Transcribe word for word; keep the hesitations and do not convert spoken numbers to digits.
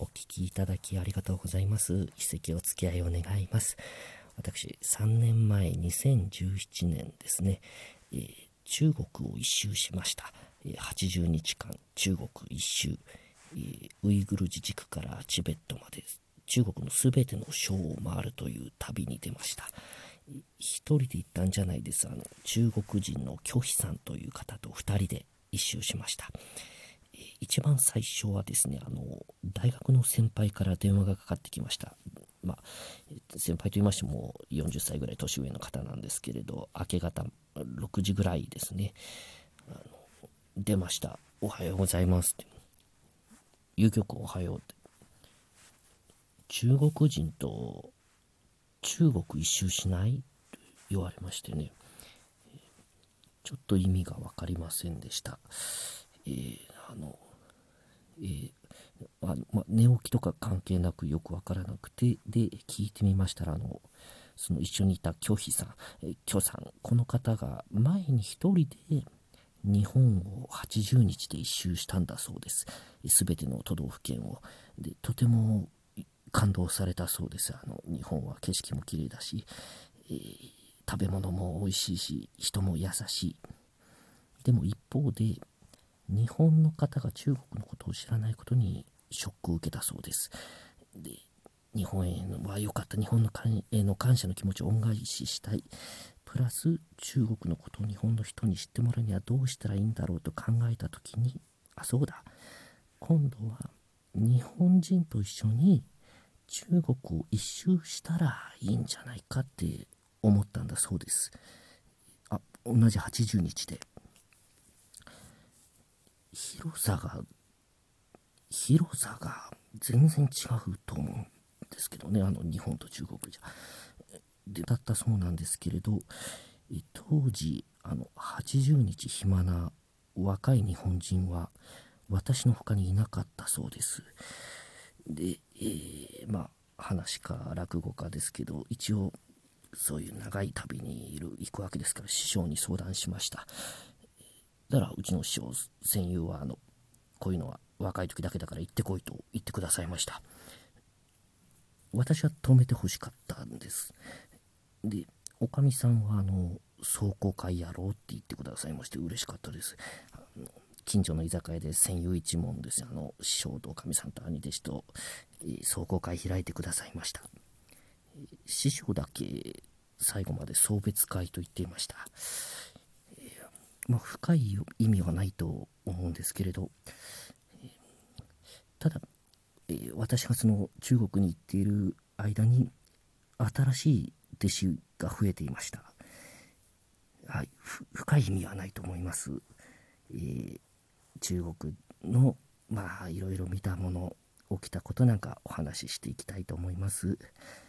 お聞きいただきありがとうございます。一席お付き合いを願います。私、さんねんまえ、にせんじゅうななねんですね、えー中国を一周しました。えーはちじゅうにちかん、中国一周、えーウイグル自治区からチベットまで、中国のすべての省を回るという旅に出ました。一人で行ったんじゃないです。あの、中国人の拒否さんという方と二人で一周しました。一番最初はですね、あの大学の先輩から電話がかかってきました。まあ、先輩と言いましてもよんじゅっさいぐらい年上の方なんですけれど、明け方ろくじぐらいですね、あの出ました。おはようございますって、郵局おはようって、中国人と中国一周しないと言われましてね、ちょっと意味が分かりませんでした。えー、あの、えーあまあ、寝起きとか関係なくよく分からなくて、で聞いてみましたら、あのその一緒にいた拒否さん、えー、許さん、この方が前に一人で日本をはちじゅうにちで一周したんだそうです。すべての都道府県を。でとても感動されたそうです。あの日本は景色も綺麗だし、えー食べ物も美味しいし、人も優しい。でも一方で、日本の方が中国のことを知らないことにショックを受けたそうです。で、日本へのは良かった、日本のへの感謝の気持ちを恩返ししたい。プラス中国のことを日本の人に知ってもらうにはどうしたらいいんだろうと考えたときに、あ、そうだ。今度は日本人と一緒に中国を一周したらいいんじゃないかって思ったんだそうです。あ、同じはちじゅうにちで。広さが広さが全然違うと思うんですけどね、あの日本と中国じゃ。でだったそうなんですけれど、当時あのはちじゅうにち暇な若い日本人は私の他にいなかったそうです。で、えー、まあ話か落語家ですけど、一応そういう長い旅にいる行くわけですから、師匠に相談しました。だからうちの師匠戦友はあのこういうのは若い時だけだから行ってこいと言ってくださいました。私は止めてほしかったんです。で、おかみさんはあの壮行会やろうって言ってくださいまして、嬉しかったです。あの近所の居酒屋で戦友一門です。あの師匠とおかみさんと兄弟子と、えー、壮行会開いてくださいました。えー、師匠だけ最後まで送別会と言っていました。えーまあ、深い意味はないと思うんですけれど、えー、ただ、えー私がその中国に行っている間に新しい弟子が増えていました。はい、深い意味はないと思います。えー中国のまあいろいろ見たもの、起きたことなんかお話ししていきたいと思います。